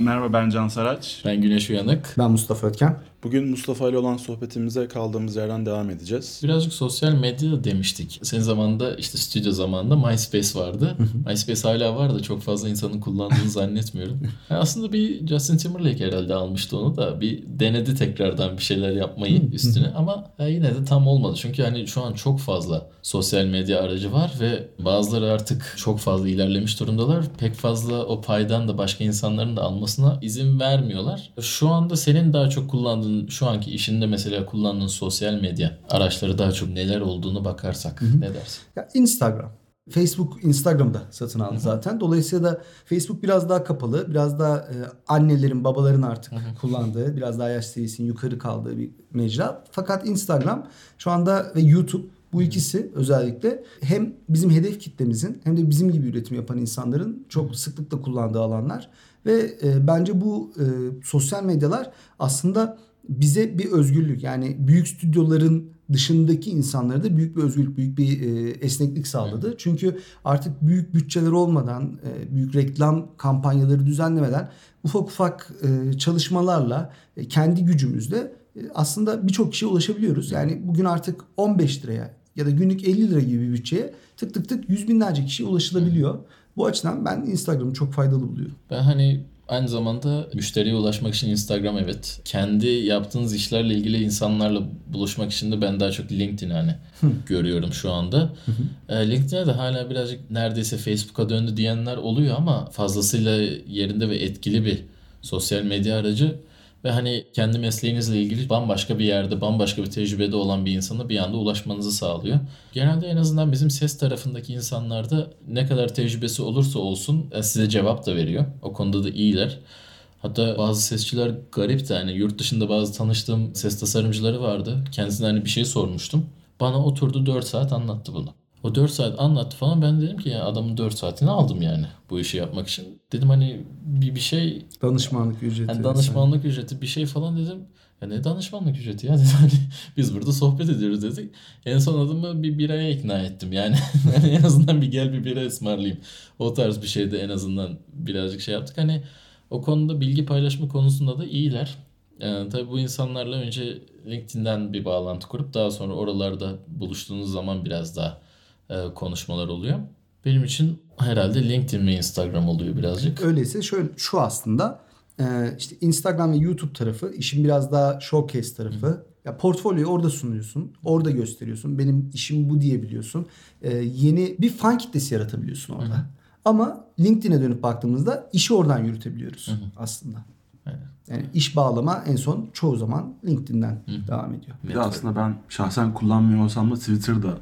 Merhaba, ben Can Saraç. Ben Güneş Uyanık. Ben Mustafa Ötken. Bugün Mustafa ile olan sohbetimize kaldığımız yerden devam edeceğiz. Birazcık sosyal medya demiştik. Senin zamanında işte stüdyo zamanında MySpace vardı. MySpace hala var da çok fazla insanın kullandığını zannetmiyorum. Yani aslında bir Justin Timberlake herhalde almıştı onu da. Bir denedi tekrardan bir şeyler yapmayı üstüne ama yine de tam olmadı. Çünkü hani şu an çok fazla sosyal medya aracı var ve bazıları artık çok fazla ilerlemiş durumdalar. Pek fazla o paydan da başka insanların da almasına izin vermiyorlar. Şu anda senin daha çok kullandığın, şu anki işinde mesela kullandığın sosyal medya araçları daha çok neler olduğunu bakarsak ne dersin? Ya Instagram. Facebook Instagram'da satın aldı zaten. Dolayısıyla da Facebook biraz daha kapalı. Biraz daha annelerin, babaların artık kullandığı, biraz daha yaş seviyesinin yukarı kaldığı bir mecra. Fakat Instagram şu anda ve YouTube, bu ikisi özellikle hem bizim hedef kitlemizin hem de bizim gibi üretim yapan insanların çok sıklıkla kullandığı alanlar. Ve bence bu sosyal medyalar aslında bize bir özgürlük, yani büyük stüdyoların dışındaki insanlara da büyük bir özgürlük, büyük bir esneklik sağladı. Çünkü artık büyük bütçeler olmadan, büyük reklam kampanyaları düzenlemeden ufak ufak çalışmalarla, kendi gücümüzle aslında birçok kişiye ulaşabiliyoruz. Yani bugün artık 15 liraya ya da günlük 50 lira gibi bir bütçeye tık tık tık yüz binlerce kişiye ulaşılabiliyor. Bu açıdan ben Instagram'ı çok faydalı buluyorum. Ben hani aynı zamanda müşteriye ulaşmak için Instagram, evet. Kendi yaptığınız işlerle ilgili insanlarla buluşmak için de ben daha çok LinkedIn görüyorum şu anda. LinkedIn'e de hala birazcık neredeyse Facebook'a döndü diyenler oluyor ama fazlasıyla yerinde ve etkili bir sosyal medya aracı. Ve hani kendi mesleğinizle ilgili bambaşka bir yerde, bambaşka bir tecrübede olan bir insana bir anda ulaşmanızı sağlıyor. Genelde en azından bizim ses tarafındaki insanlarda ne kadar tecrübesi olursa olsun size cevap da veriyor. O konuda da iyiler. Hatta bazı sesçiler garip de, hani yurt dışında bazı tanıştığım ses tasarımcıları vardı. Kendisine hani bir şey sormuştum. Bana oturdu 4 saat anlattı bunu. O 4 saat anlattı falan, ben dedim ki ya adamın 4 saatini aldım yani bu işi yapmak için. Dedim hani bir şey... Danışmanlık ücreti. Yani danışmanlık ücreti bir şey falan dedim. Ya ne danışmanlık ücreti ya dedim, hani biz burada sohbet ediyoruz dedik. En son adamı bir biraya ikna ettim yani. Yani en azından bir gel bir bira ısmarlayayım. O tarz bir şeyde en azından birazcık şey yaptık. Hani o konuda bilgi paylaşma konusunda da iyiler. Tabii bu insanlarla önce LinkedIn'den bir bağlantı kurup daha sonra oralarda buluştuğunuz zaman biraz daha konuşmalar oluyor. Benim için herhalde LinkedIn ve Instagram oluyor birazcık. Öyleyse şöyle, şu aslında işte Instagram ve YouTube tarafı, işin biraz daha showcase tarafı. Ya portfolyoyu orada sunuyorsun, orada gösteriyorsun. Benim işim bu diyebiliyorsun. Yeni bir fan kitlesi yaratabiliyorsun orada. Ama LinkedIn'e dönüp baktığımızda işi oradan yürütebiliyoruz aslında. Aynen. Yani iş bağlama en son çoğu zaman LinkedIn'den devam ediyor. Bir de aslında ben şahsen kullanmıyor olsam da Twitter'da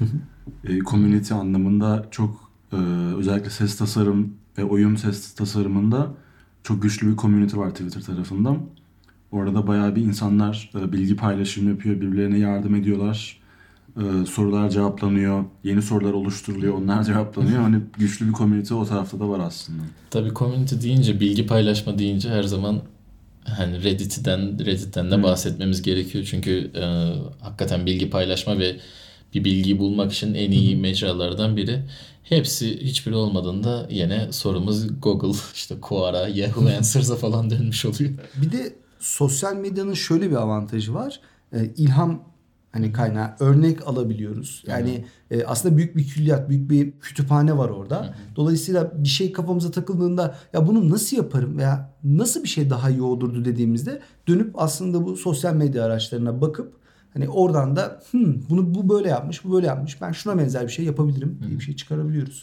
community anlamında çok özellikle ses tasarım ve oyun ses tasarımında çok güçlü bir community var Twitter tarafından. Orada bayağı bir insanlar bilgi paylaşımı yapıyor, birbirlerine yardım ediyorlar. Sorular cevaplanıyor, yeni sorular oluşturuluyor, onlar cevaplanıyor. Hani güçlü bir community o tarafta da var aslında. Tabii community deyince, bilgi paylaşma deyince her zaman hani Reddit'ten de bahsetmemiz gerekiyor. Çünkü hakikaten bilgi paylaşma ve bir bilgiyi bulmak için en iyi mecralardan biri. Hepsi, hiçbiri olmadığında yine sorumuz Google, işte Quora, Yahoo Answers'a falan dönmüş oluyor. Bir de sosyal medyanın şöyle bir avantajı var. İlham kaynağı, örnek alabiliyoruz. Yani aslında büyük bir külliyat, büyük bir kütüphane var orada. Dolayısıyla bir şey kafamıza takıldığında ya bunu nasıl yaparım veya nasıl bir şey daha iyi olurdu dediğimizde dönüp aslında bu sosyal medya araçlarına bakıp hani oradan da bu böyle yapmış, bu böyle yapmış, ben şuna benzer bir şey yapabilirim diye bir şey çıkarabiliyoruz.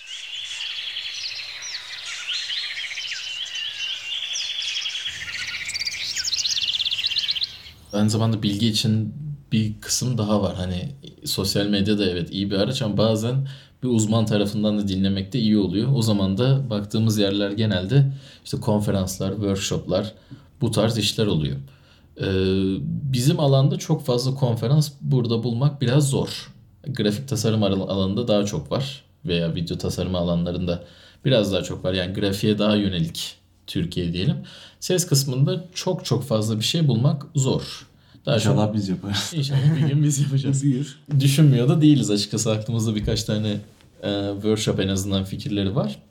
Aynı zamanda bilgi için bir kısım daha var. Hani sosyal medya da evet iyi bir araç ama bazen bir uzman tarafından da dinlemek de iyi oluyor. O zaman da baktığımız yerler genelde işte konferanslar, workshoplar, bu tarz işler oluyor. Bizim alanda çok fazla konferans burada bulmak biraz zor. Grafik tasarım alanında daha çok var veya video tasarımı alanlarında biraz daha çok var. Yani grafiğe daha yönelik Türkiye diyelim. Ses kısmında çok çok fazla bir şey bulmak zor. Daha İnşallah biz yaparız. İnşallah bir gün biz yapacağız. Düşünmüyor da değiliz açıkçası. Aklımızda birkaç tane workshop en azından fikirleri var.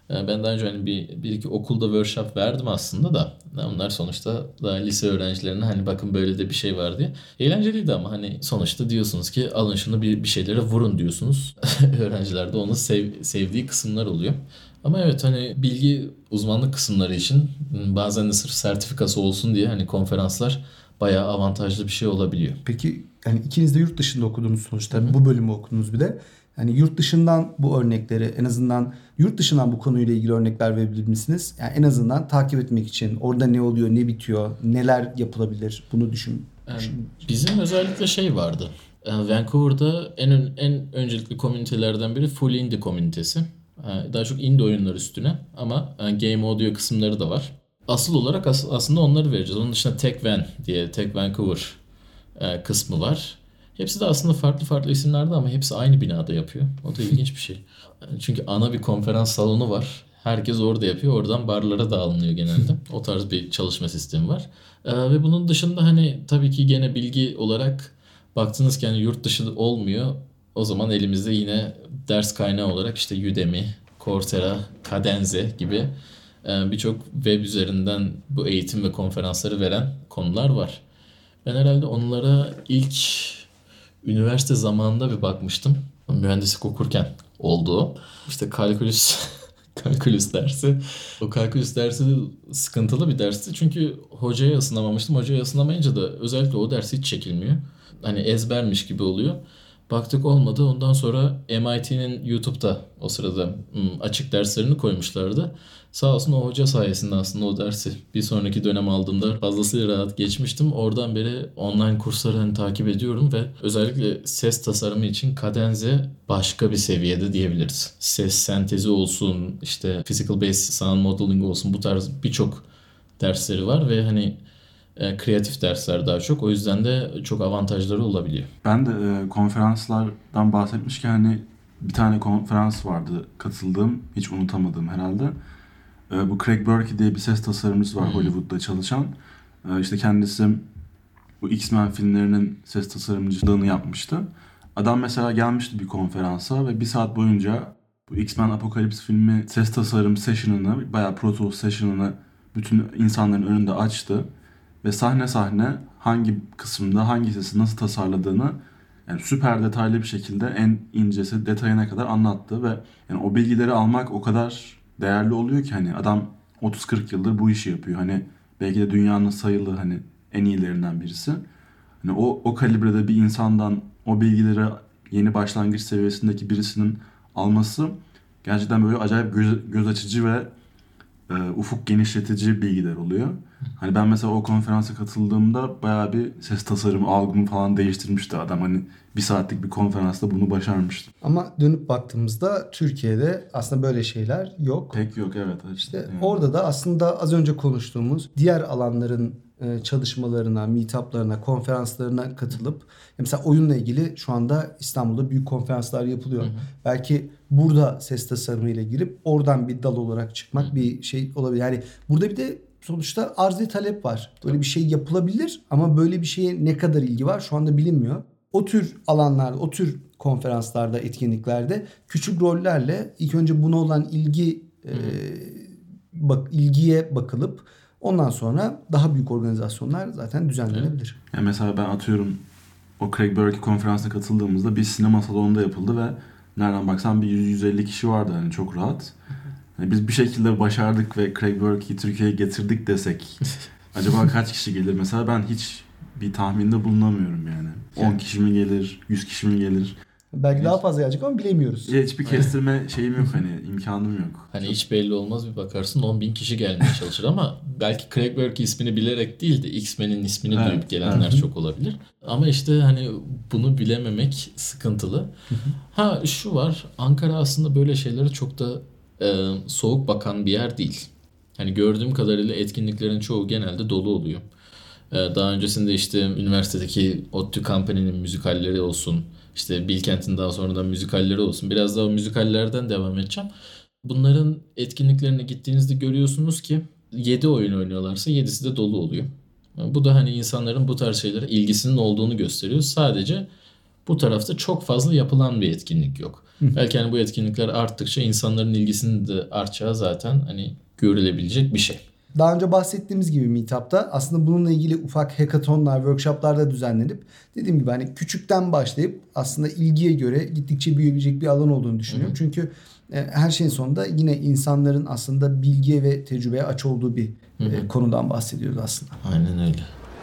Ben daha önce hani bir iki okulda workshop verdim aslında da. Onlar sonuçta daha lise öğrencilerine hani bakın böyle de bir şey var diye. Eğlenceliydi ama hani sonuçta diyorsunuz ki alın şunu bir şeylere vurun diyorsunuz. Öğrenciler de onu sevdiği kısımlar oluyor. Ama evet hani bilgi uzmanlık kısımları için bazen de sırf sertifikası olsun diye hani konferanslar bayağı avantajlı bir şey olabiliyor. Peki yani ikiniz de yurt dışında okudunuz sonuçta. Bu bölümü okudunuz bir de. Yani yurt dışından bu örnekleri, en azından yurt dışından bu konuyla ilgili örnekler verebilir misiniz? Yani en azından takip etmek için orada ne oluyor, ne bitiyor, neler yapılabilir bunu düşün. Bizim özellikle şey vardı. Vancouver'da en öncelikli komünitelerden biri Full Indie komünitesi. Daha çok indie oyunlar üstüne ama game audio kısımları da var. Asıl olarak aslında onları vereceğiz. Onun dışında Tech Van diye Tech Vancouver kısmı var. Hepsi de aslında farklı farklı isimlerde ama hepsi aynı binada yapıyor. O da ilginç bir şey. Çünkü ana bir konferans salonu var. Herkes orada yapıyor. Oradan barlara dağılınıyor genelde. O tarz bir çalışma sistemi var. Ve bunun dışında hani tabii ki gene bilgi olarak baktınız ki hani yurt dışı olmuyor. O zaman elimizde yine ders kaynağı olarak işte Udemy, Coursera, Cadenze gibi birçok web üzerinden bu eğitim ve konferansları veren konular var. Ben herhalde onlara ilk üniversite zamanında bir bakmıştım. Mühendislik okurken oldu o. İşte kalkülüs dersi. O kalkülüs dersi de sıkıntılı bir dersti. Çünkü hocaya ısınamamıştım. Hocaya ısınamayınca da özellikle o ders hiç çekilmiyor. Hani ezbermiş gibi oluyor. Baktık olmadı. Ondan sonra MIT'nin YouTube'da o sırada açık derslerini koymuşlardı. Sağ olsun o hoca sayesinde aslında o dersi bir sonraki dönem aldığımda fazlasıyla rahat geçmiştim. Oradan beri online kursları hani takip ediyorum ve özellikle ses tasarımı için Cadenze başka bir seviyede diyebiliriz. Ses sentezi olsun, işte physical based sound modeling olsun, bu tarz birçok dersleri var ve hani kreatif dersler daha çok. O yüzden de çok avantajları olabiliyor. Ben de konferanslardan bahsetmişken hani bir tane konferans vardı katıldığım, hiç unutamadığım herhalde. Bu Craig Burkey diye bir ses tasarımcısı var Hollywood'da çalışan. İşte kendisi bu X-Men filmlerinin ses tasarımcılığını yapmıştı. Adam mesela gelmişti bir konferansa ve bir saat boyunca bu X-Men Apokalips filmi ses tasarım session'ını, bayağı proto session'ını bütün insanların önünde açtı. Ve sahne sahne hangi kısımda hangi sesi nasıl tasarladığını yani süper detaylı bir şekilde en incesi detayına kadar anlattı ve yani o bilgileri almak o kadar değerli oluyor ki hani adam 30-40 yıldır bu işi yapıyor. Hani belki de dünyanın sayılı hani en iyilerinden birisi. Hani o kalibrede bir insandan o bilgileri yeni başlangıç seviyesindeki birisinin alması gerçekten böyle acayip göz açıcı ve ufuk genişletici bilgiler oluyor. Hani ben mesela o konferansa katıldığımda bayağı bir ses tasarımı algımı falan değiştirmişti adam. Hani bir saatlik bir konferansta bunu başarmıştı. Ama dönüp baktığımızda Türkiye'de aslında böyle şeyler yok. Pek yok, evet. İşte yani. Orada da aslında az önce konuştuğumuz diğer alanların çalışmalarına, meetuplarına, konferanslarına katılıp mesela oyunla ilgili şu anda İstanbul'da büyük konferanslar yapılıyor. Hı hı. Belki burada ses tasarımıyla girip oradan bir dal olarak çıkmak bir şey olabilir. Yani burada bir de sonuçta arz ve talep var. Böyle bir şey yapılabilir ama böyle bir şeye ne kadar ilgi var şu anda bilinmiyor. O tür alanlarda, o tür konferanslarda, etkinliklerde küçük rollerle ilk önce buna olan ilgiye bakılıp ondan sonra daha büyük organizasyonlar zaten düzenlenebilir. Yani mesela ben atıyorum o Craig Burkey konferansına katıldığımızda bir sinema salonunda yapıldı ve nereden baksan bir 100-150 kişi vardı yani çok rahat. Yani biz bir şekilde başardık ve Craig Burkey'i Türkiye'ye getirdik desek acaba kaç kişi gelir? Mesela ben hiç bir tahminde bulunamıyorum yani. 10 kişi mi gelir, 100 kişi mi gelir? Belki daha fazla gelecek ama bilemiyoruz. Hiçbir kestirme şeyim yok hani imkanım yok. Hani hiç belli olmaz, bir bakarsın 10.000 kişi gelmeye çalışır ama belki Craig Burkey ismini bilerek değil de X-Men'in ismini duyup gelenler çok olabilir. Ama işte hani bunu bilememek sıkıntılı. Ha şu var, Ankara aslında böyle şeylere çok da soğuk bakan bir yer değil. Hani gördüğüm kadarıyla etkinliklerin çoğu genelde dolu oluyor. Daha öncesinde işte üniversitedeki ODTÜ Company'nin müzikalleri olsun, işte Bilkent'in daha sonradan müzikalleri olsun. Biraz daha o müzikallerden devam edeceğim. Bunların etkinliklerine gittiğinizde görüyorsunuz ki 7 oyun oynuyorlarsa 7'si de dolu oluyor. Bu da hani insanların bu tarz şeylere ilgisinin olduğunu gösteriyor. Sadece Bu tarafta çok fazla yapılan bir etkinlik yok. Belki hani bu etkinlikler arttıkça insanların ilgisinin de artacağı zaten hani görülebilecek bir şey. Daha önce bahsettiğimiz gibi Meetup'ta aslında bununla ilgili ufak hackathonlar, workshoplar da düzenlenip dediğim gibi hani küçükten başlayıp aslında ilgiye göre gittikçe büyüyecek bir alan olduğunu düşünüyorum. Çünkü her şeyin sonunda yine insanların aslında bilgiye ve tecrübeye aç olduğu bir konudan bahsediyoruz aslında. Aynen öyle.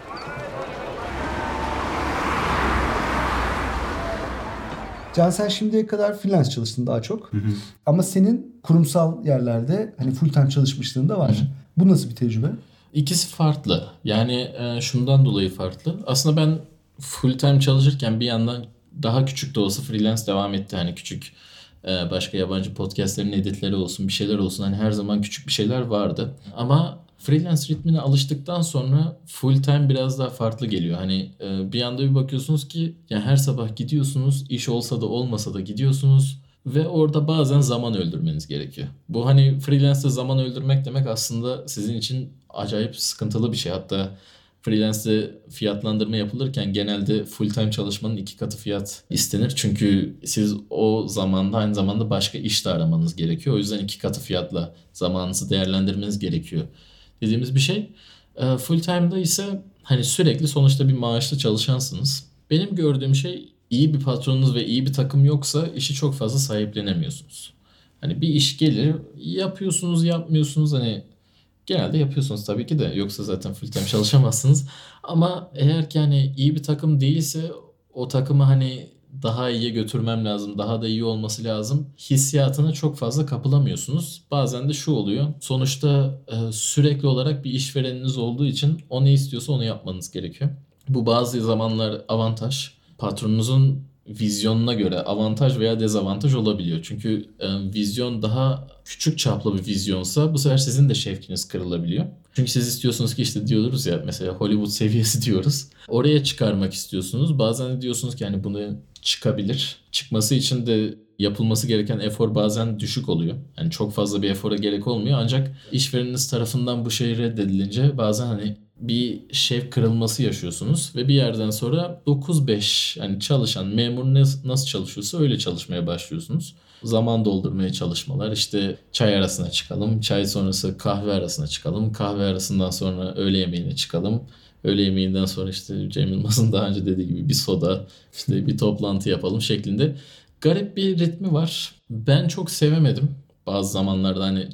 Can, sen şimdiye kadar freelance çalıştın daha çok. Ama senin kurumsal yerlerde hani full time çalışmışlığın da var. Bu nasıl bir tecrübe? İkisi farklı. Yani şundan dolayı farklı. Aslında ben full time çalışırken bir yandan daha küçük de olsa freelance devam etti. Hani küçük başka yabancı podcastlerin editleri olsun, bir şeyler olsun. Hani her zaman küçük bir şeyler vardı. Ama freelance ritmine alıştıktan sonra full time biraz daha farklı geliyor. Hani bir anda bir bakıyorsunuz ki yani her sabah gidiyorsunuz, iş olsa da olmasa da gidiyorsunuz ve orada bazen zaman öldürmeniz gerekiyor. Bu hani freelance'de zaman öldürmek demek aslında sizin için acayip sıkıntılı bir şey. Hatta freelance'de fiyatlandırma yapılırken genelde full time çalışmanın 2 katı fiyat istenir. Çünkü siz o zamanda aynı zamanda başka iş de aramanız gerekiyor. O yüzden 2 katı fiyatla zamanınızı değerlendirmeniz gerekiyor dediğimiz bir şey. Full time'da ise hani sürekli sonuçta bir maaşlı çalışansınız. Benim gördüğüm şey iyi bir patronunuz ve iyi bir takım yoksa işi çok fazla sahiplenemiyorsunuz. Hani bir iş gelir yapıyorsunuz yapmıyorsunuz hani genelde yapıyorsunuz tabii ki de yoksa zaten full time çalışamazsınız. Ama eğer ki hani iyi bir takım değilse o takımı hani daha iyiye götürmem lazım, daha da iyi olması lazım hissiyatına çok fazla kapılamıyorsunuz. Bazen de şu oluyor. Sonuçta sürekli olarak bir işvereniniz olduğu için o ne istiyorsa onu yapmanız gerekiyor. Bu bazı zamanlar avantaj. Patronunuzun vizyonuna göre avantaj veya dezavantaj olabiliyor. Çünkü vizyon daha küçük çaplı bir vizyonsa bu sefer sizin de şevkiniz kırılabiliyor. Çünkü siz istiyorsunuz ki işte diyoruz ya mesela Hollywood seviyesi diyoruz. Oraya çıkarmak istiyorsunuz. Bazen de diyorsunuz ki hani bunu çıkabilir. Çıkması için de yapılması gereken efor bazen düşük oluyor. Yani çok fazla bir efora gerek olmuyor. Ancak işvereniniz tarafından bu şey reddedilince bazen hani bir şevk kırılması yaşıyorsunuz ve bir yerden sonra 9-5 yani çalışan memur nasıl çalışıyorsa öyle çalışmaya başlıyorsunuz. Zaman doldurmaya çalışmalar işte çay arasına çıkalım, çay sonrası kahve arasına çıkalım, kahve arasından sonra öğle yemeğine çıkalım. Öğle yemeğinden sonra işte Cem Yılmaz'ın daha önce dediği gibi bir soda, işte bir toplantı yapalım şeklinde garip bir ritmi var. Ben çok sevemedim bazı zamanlarda hani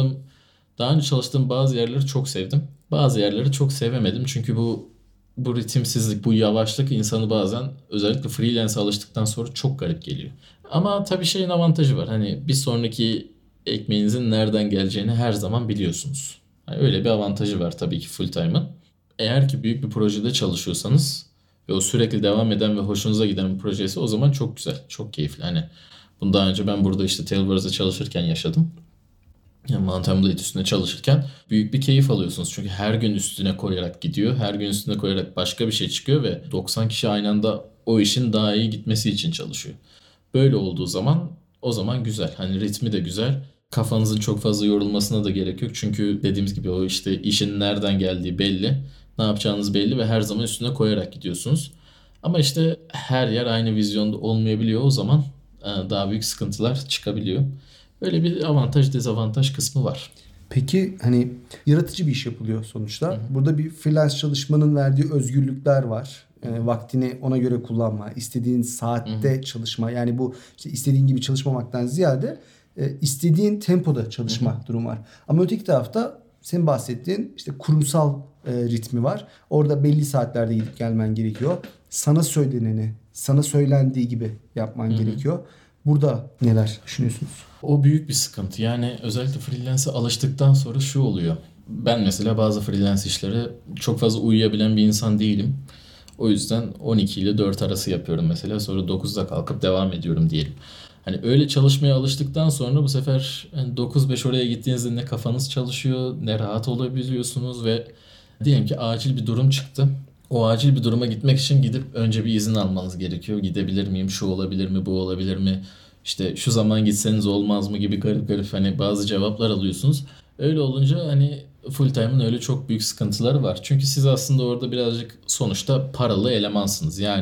daha önce çalıştığım bazı yerleri çok sevdim. Bazı yerleri çok sevemedim çünkü bu ritimsizlik, bu yavaşlık insanı bazen özellikle freelance'a alıştıktan sonra çok garip geliyor. Ama tabii şeyin avantajı var. Hani bir sonraki ekmeğinizin nereden geleceğini her zaman biliyorsunuz. Yani öyle bir avantajı var tabii ki full time'ın. Eğer ki büyük bir projede çalışıyorsanız ve o sürekli devam eden ve hoşunuza giden bir projesi o zaman çok güzel, çok keyifli. Hani bunu daha önce ben burada işte Tailwords'da çalışırken yaşadım. Yani Mountain Blade üstüne çalışırken büyük bir keyif alıyorsunuz. Çünkü her gün üstüne koyarak gidiyor. Her gün üstüne koyarak başka bir şey çıkıyor ve 90 kişi aynı anda o işin daha iyi gitmesi için çalışıyor. Böyle olduğu zaman o zaman güzel. Hani ritmi de güzel. Kafanızın çok fazla yorulmasına da gerek yok. Çünkü dediğimiz gibi o işte işin nereden geldiği belli. Ne yapacağınız belli ve her zaman üstüne koyarak gidiyorsunuz. Ama işte her yer aynı vizyonda olmayabiliyor. O zaman daha büyük sıkıntılar çıkabiliyor. Öyle bir avantaj dezavantaj kısmı var. Peki hani yaratıcı bir iş yapılıyor sonuçta. Burada bir freelance çalışmanın verdiği özgürlükler var. Vaktini ona göre kullanma, istediğin saatte çalışma. Yani bu işte istediğin gibi çalışmamaktan ziyade istediğin tempoda çalışma durumu var. Ama öteki tarafta senin bahsettiğin işte kurumsal ritmi var. Orada belli saatlerde gidip gelmen gerekiyor. Sana söyleneni, sana söylendiği gibi yapman gerekiyor. Burada neler düşünüyorsunuz? O büyük bir sıkıntı. Yani özellikle freelance'e alıştıktan sonra şu oluyor. Ben mesela bazı freelance işlere çok fazla uyuyabilen bir insan değilim. O yüzden 12 ile 4 arası yapıyorum mesela. Sonra 9'da kalkıp devam ediyorum diyelim. Hani öyle çalışmaya alıştıktan sonra bu sefer 9-5 oraya gittiğinizde ne kafanız çalışıyor ne rahat olabiliyorsunuz ve diyelim ki acil bir durum çıktı. O acil bir duruma gitmek için gidip önce bir izin almanız gerekiyor. Gidebilir miyim? Şu olabilir mi? Bu olabilir mi? İşte şu zaman gitseniz olmaz mı gibi garip garip hani bazı cevaplar alıyorsunuz. Öyle olunca hani full time'ın öyle çok büyük sıkıntıları var. Çünkü siz aslında orada birazcık sonuçta paralı elemansınız. Yani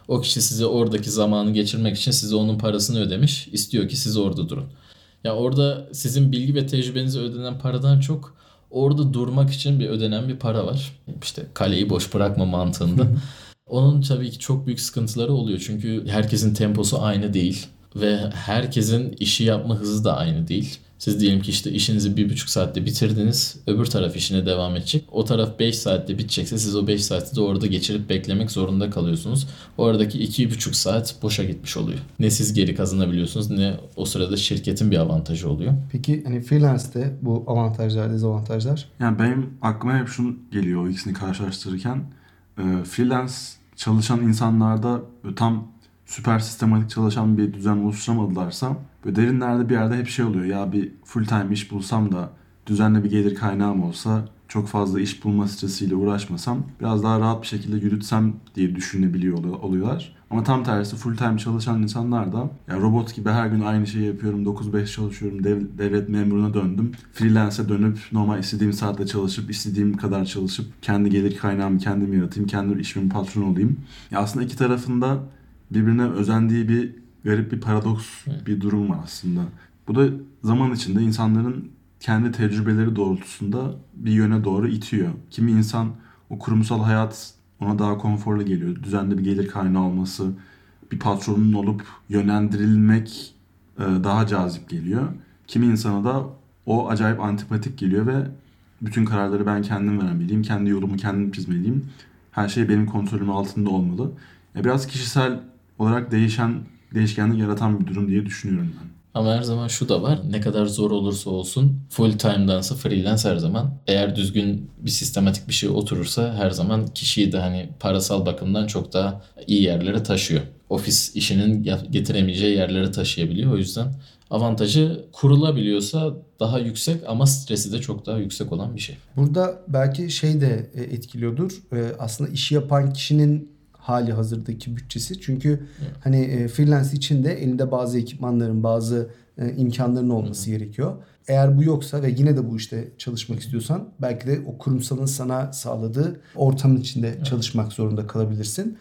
O kişi size oradaki zamanı geçirmek için size onun parasını ödemiş. İstiyor ki siz orada durun. Ya orada sizin bilgi ve tecrübenize ödenen paradan çok orada durmak için ödenen bir para var. İşte kaleyi boş bırakma mantığında. Onun tabii ki çok büyük sıkıntıları oluyor. Çünkü herkesin temposu aynı değil. Ve herkesin işi yapma hızı da aynı değil. Siz diyelim ki işte işinizi 1,5 saatte bitirdiniz. Öbür taraf işine devam edecek. O taraf 5 saatte bitecekse siz o 5 saati de orada geçirip beklemek zorunda kalıyorsunuz. O aradaki 2,5 saat boşa gitmiş oluyor. Ne siz geri kazanabiliyorsunuz ne o sırada şirketin bir avantajı oluyor. Peki hani freelance'de bu avantajlar, dezavantajlar? Yani benim aklıma hep şunu geliyor o ikisini karşılaştırırken. Freelance çalışan insanlarda tam süper sistematik çalışan bir düzen oluşturamadılarsa böyle derinlerde bir yerde hep şey oluyor. Ya bir full time iş bulsam da düzenli bir gelir kaynağım olsa, çok fazla iş bulma stresiyle uğraşmasam, biraz daha rahat bir şekilde yürütsem diye düşünebiliyor oluyorlar. Ama tam tersi full time çalışan insanlar da ya robot gibi her gün aynı şeyi yapıyorum, 9-5 çalışıyorum, devlet memuruna döndüm. Freelance'e dönüp normal istediğim saatte çalışıp, istediğim kadar çalışıp kendi gelir kaynağımı kendim yaratayım, kendi işimin patronu olayım. Ya aslında iki tarafında birbirine özendiği bir garip bir paradoks bir durum var aslında. Bu da zaman içinde insanların kendi tecrübeleri doğrultusunda bir yöne doğru itiyor. Kimi insan o kurumsal hayat ona daha konforlu geliyor. Düzenli bir gelir kaynağı olması, bir patronun olup yönlendirilmek daha cazip geliyor. Kimi insana da o acayip antipatik geliyor ve bütün kararları ben kendim verebileyim, kendi yolumu kendim çizmeliyim. Her şey benim kontrolüm altında olmalı. Biraz kişisel olarak değişkenlik yaratan bir durum diye düşünüyorum ben. Ama her zaman şu da var. Ne kadar zor olursa olsun full time'dansa freelance her zaman. Eğer düzgün bir sistematik bir şey oturursa her zaman kişiyi de hani parasal bakımdan çok daha iyi yerlere taşıyor. Ofis işinin getiremeyeceği yerlere taşıyabiliyor. O yüzden avantajı kurulabiliyorsa daha yüksek ama stresi de çok daha yüksek olan bir şey. Burada belki şey de etkiliyordur. Aslında işi yapan kişinin hali hazırdaki bütçesi. Çünkü hani freelance için de elinde bazı ekipmanların, bazı imkanların olması gerekiyor. Eğer bu yoksa ve yine de bu işte çalışmak istiyorsan belki de o kurumsalın sana sağladığı ortamın içinde çalışmak zorunda kalabilirsin.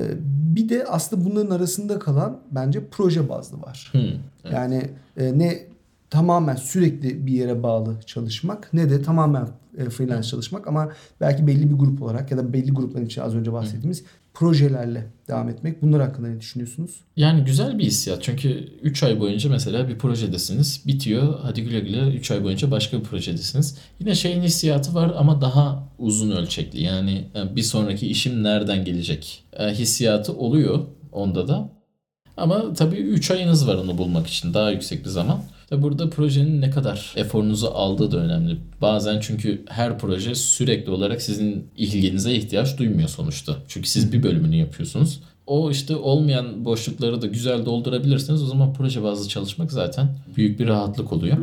Bir de aslında bunların arasında kalan bence proje bazlı var. Yani ne tamamen sürekli bir yere bağlı çalışmak ne de tamamen freelance çalışmak ama belki belli bir grup olarak ya da belli grupların için az önce bahsettiğimiz projelerle devam etmek. Bunlar hakkında ne düşünüyorsunuz? Yani güzel bir hissiyat. Çünkü 3 ay boyunca mesela bir projedesiniz. Bitiyor. Hadi güle güle 3 ay boyunca başka bir projedesiniz. Yine şeyin hissiyatı var ama daha uzun ölçekli. Yani bir sonraki işim nereden gelecek? Hissiyatı oluyor onda da. Ama tabii 3 ayınız var onu bulmak için. Daha yüksek bir zaman. Tabii burada projenin ne kadar eforunuzu aldığı da önemli. Bazen çünkü her proje sürekli olarak sizin ilginize ihtiyaç duymuyor sonuçta. Çünkü siz bir bölümünü yapıyorsunuz. O işte olmayan boşlukları da güzel doldurabilirsiniz. O zaman proje bazlı çalışmak zaten büyük bir rahatlık oluyor.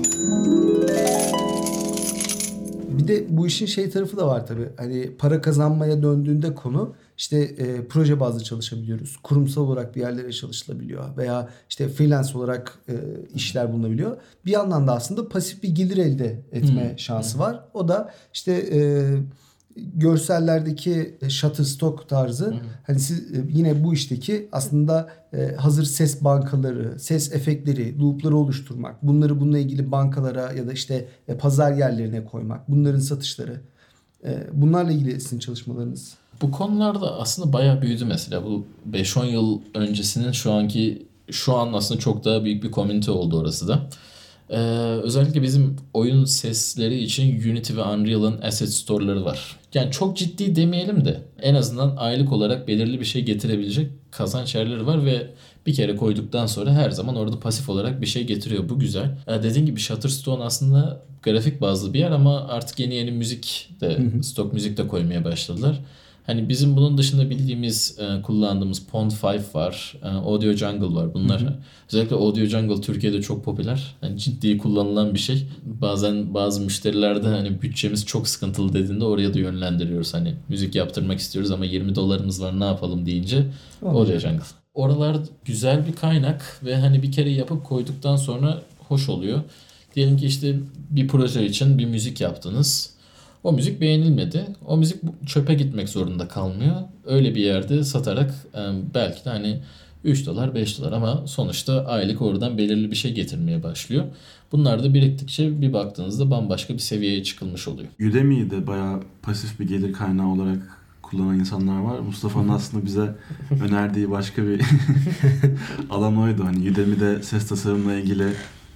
Bir de bu işin şey tarafı da var tabii. Hani para kazanmaya döndüğünde konu işte proje bazlı çalışabiliyoruz. Kurumsal olarak bir yerlere çalışılabiliyor veya işte freelance olarak işler bulunabiliyor. Bir yandan da aslında pasif bir gelir elde etme şansı var. O da işte görsellerdeki Shutterstock tarzı hani siz yine bu işteki aslında hazır ses bankaları, ses efektleri, loopları oluşturmak, bunları bununla ilgili bankalara ya da işte pazar yerlerine koymak, bunların satışları, bunlarla ilgili sizin çalışmalarınız. Bu konularda aslında bayağı büyüdü mesela. Bu 5-10 yıl öncesinin şu an aslında çok daha büyük bir komünite oldu orası da. Özellikle bizim oyun sesleri için Unity ve Unreal'ın asset store'ları var. Yani çok ciddi demeyelim de en azından aylık olarak belirli bir şey getirebilecek kazanç yerleri var ve bir kere koyduktan sonra her zaman orada pasif olarak bir şey getiriyor. Bu güzel. Dediğim gibi Shutterstock aslında grafik bazlı bir yer ama artık yeni müzik de stok müzik de koymaya başladılar. Hani bizim bunun dışında bildiğimiz, kullandığımız Pond 5 var, Audio Jungle var. Bunlar özellikle Audio Jungle Türkiye'de çok popüler. Yani ciddi kullanılan bir şey. Bazen bazı müşterilerde hani bütçemiz çok sıkıntılı dediğinde oraya da yönlendiriyoruz. Hani müzik yaptırmak istiyoruz ama $20 var ne yapalım deyince Audio Jungle. Oralar güzel bir kaynak ve hani bir kere yapıp koyduktan sonra hoş oluyor. Diyelim ki işte bir proje için bir müzik yaptınız. O müzik beğenilmedi. O müzik çöpe gitmek zorunda kalmıyor. Öyle bir yerde satarak belki de hani 3 dolar 5 dolar ama sonuçta aylık oradan belirli bir şey getirmeye başlıyor. Bunlar da biriktikçe bir baktığınızda bambaşka bir seviyeye çıkılmış oluyor. Udemy'yi de bayağı pasif bir gelir kaynağı olarak kullanan insanlar var. Mustafa'nın aslında bize önerdiği başka bir alan oydu. Hani Udemy'de ses tasarımla ilgili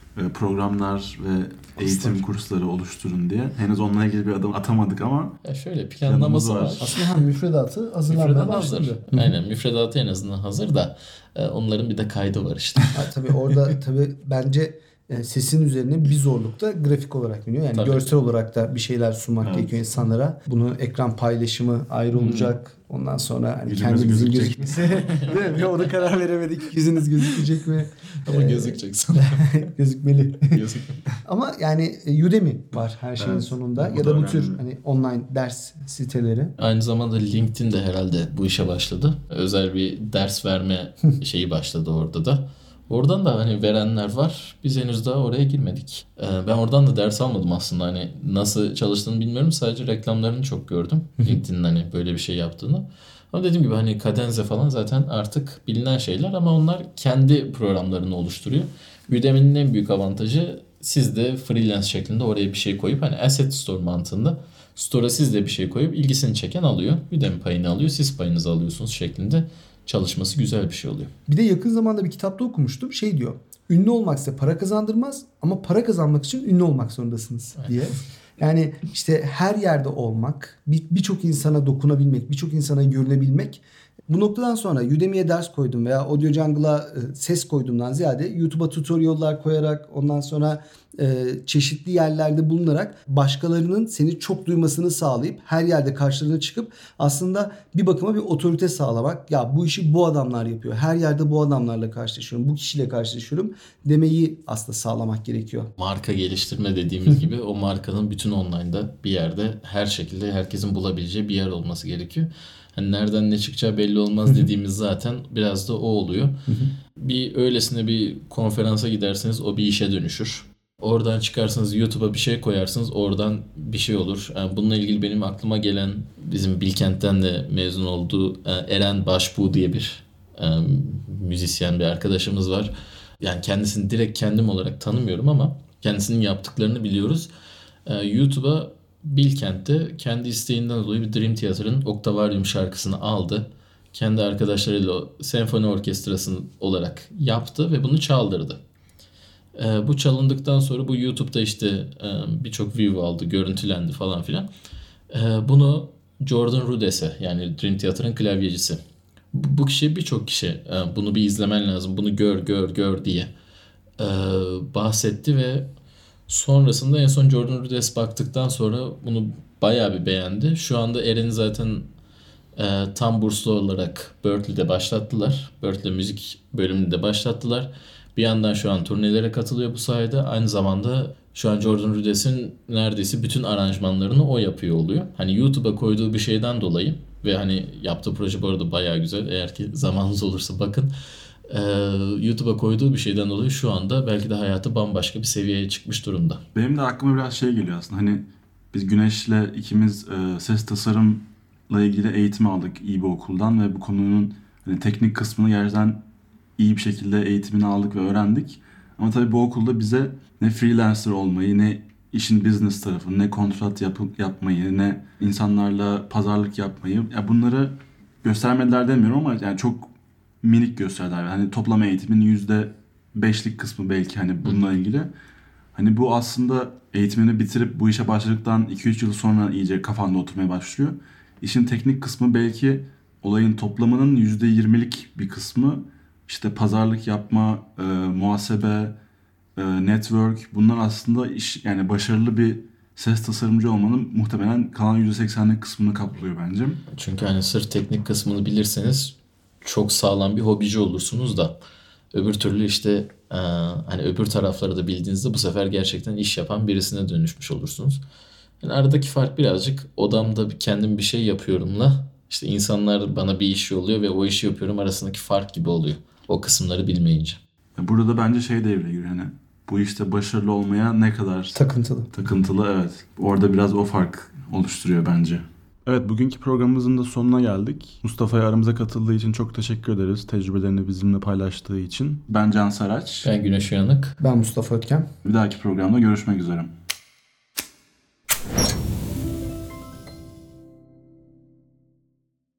programlar ve eğitim kursları oluşturun diye. Henüz onunla ilgili bir adım atamadık ama Ya şöyle planlaması var. Aslında müfredatı hazırlanmaya başladı. Aynen, müfredatı en azından hazır da onların bir de kaydı var işte. Tabii orada tabii bence sesin üzerine bir zorluk da grafik olarak biniyor. Yani Tabii. görsel olarak da bir şeyler sunmak Evet. gerekiyor insanlara. Bunun ekran paylaşımı ayrı olacak. Ondan sonra hani Yüzümüz kendimizin gözükecek. gözükmesi. Değil mi? Ona karar veremedik. Yüzünüz gözükecek mi? Ama gözükecek sana. Gözükmeli. Gözük. Ama yani Udemy var her şeyin Evet. sonunda. Bu Ya da da bu önemli. tür hani online ders siteleri. Aynı zamanda LinkedIn de herhalde bu işe başladı. Özel bir ders verme şeyi başladı orada da. Oradan da hani verenler var. Biz henüz daha oraya girmedik. Ben oradan da ders almadım aslında. Hani nasıl çalıştığını bilmiyorum. Sadece reklamlarını çok gördüm. LinkedIn'in hani böyle bir şey yaptığını. Ama dediğim gibi hani Kadence falan zaten artık bilinen şeyler ama onlar kendi programlarını oluşturuyor. Udemy'nin en büyük avantajı siz de freelance şeklinde oraya bir şey koyup hani asset store mantığında store'a siz de bir şey koyup ilgisini çeken alıyor. Udemy payını alıyor, siz payınızı alıyorsunuz şeklinde çalışması güzel bir şey oluyor. Bir de yakın zamanda bir kitapta okumuştum. Şey diyor. Ünlü olmak size para kazandırmaz ama para kazanmak için ünlü olmak zorundasınız diye. Yani işte her yerde olmak, birçok insana dokunabilmek, birçok insana görünebilmek. Bu noktadan sonra Udemy'ye ders koydum veya Audio Jungle'a ses koyduğumdan ziyade YouTube'a tutorial'lar koyarak ondan sonra çeşitli yerlerde bulunarak başkalarının seni çok duymasını sağlayıp her yerde karşılarına çıkıp aslında bir bakıma bir otorite sağlamak. Ya bu işi bu adamlar yapıyor. Her yerde bu adamlarla karşılaşıyorum. Bu kişiyle karşılaşıyorum demeyi aslında sağlamak gerekiyor. Marka geliştirme dediğimiz gibi o markanın bütün online'da bir yerde her şekilde herkesin bulabileceği bir yer olması gerekiyor. Hani nereden ne çıkacağı belli olmaz dediğimiz zaten biraz da o oluyor. Bir öylesine bir konferansa giderseniz o bir işe dönüşür. Oradan çıkarsınız YouTube'a bir şey koyarsınız oradan bir şey olur. Yani bununla ilgili benim aklıma gelen bizim Bilkent'ten de mezun olduğu Eren Başbuğ diye bir müzisyen bir arkadaşımız var. Yani kendisini direkt kendim olarak tanımıyorum ama kendisinin yaptıklarını biliyoruz. YouTube'a Bilkent'te kendi isteğinden dolayı bir Dream Theater'ın Octavarium şarkısını aldı. Kendi arkadaşlarıyla senfoni orkestrası olarak yaptı ve bunu çaldırdı. Bu çalındıktan sonra bu YouTube'da işte birçok view aldı, görüntülendi falan filan. Bunu Jordan Rudess'e yani Dream Theater'ın klavyecisi. Bu kişi birçok kişi bunu bir izlemen lazım, bunu gör diye bahsetti ve sonrasında en son Jordan Rudess baktıktan sonra bunu bayağı bir beğendi. Şu anda Eren'i zaten tam burslu olarak Berklee'de başlattılar. Berkeley müzik bölümünde başlattılar. Bir yandan şu an turnelere katılıyor bu sayede. Aynı zamanda şu an Jordan Rudess'in neredeyse bütün aranjmanlarını o yapıyor oluyor. Hani YouTube'a koyduğu bir şeyden dolayı ve hani yaptığı proje bu arada bayağı güzel. Eğer ki zamanınız olursa bakın. YouTube'a koyduğu bir şeyden dolayı şu anda belki de hayatı bambaşka bir seviyeye çıkmış durumda. benim de aklıma biraz şey geliyor aslında. Hani biz Güneş'le ikimiz ses tasarımla ilgili eğitim aldık iyi bir okuldan ve bu konunun hani teknik kısmını gerçekten iyi bir şekilde eğitimini aldık ve öğrendik. Ama tabii bu okulda bize ne freelancer olmayı, ne işin business tarafını, ne kontrat yapmayı, ne insanlarla pazarlık yapmayı, ya bunları göstermediler demiyorum ama yani çok minik gösterdiler. Hani toplam eğitimin %5'lik kısmı belki hani bununla ilgili. Hani bu aslında eğitimini bitirip bu işe başladıktan 2-3 yıl sonra iyice kafanda oturmaya başlıyor. İşin teknik kısmı belki olayın toplamının %20'lik bir kısmı. İşte pazarlık yapma, muhasebe, network, bunlar aslında iş, yani başarılı bir ses tasarımcı olmanın muhtemelen kalan %80'lik kısmını kaplıyor bence. Çünkü hani sırf teknik kısmını bilirseniz çok sağlam bir hobici olursunuz da öbür türlü işte hani öbür tarafları da bildiğinizde bu sefer gerçekten iş yapan birisine dönüşmüş olursunuz. Yani aradaki fark birazcık odamda kendim bir şey yapıyorumla işte insanlar bana bir iş yolluyor ve o işi yapıyorum arasındaki fark gibi oluyor. O kısımları bilmeyince. Burada da bence şey devreye giriyor. Hani bu işte başarılı olmaya ne kadar takıntılı, evet. Orada biraz o fark oluşturuyor bence. Evet, bugünkü programımızın da sonuna geldik. Mustafa'ya aramıza katıldığı için çok teşekkür ederiz. Tecrübelerini bizimle paylaştığı için. Ben Can Saraç. Ben Güneş Uyanık. Ben Mustafa Ötken. Bir dahaki programda görüşmek üzere.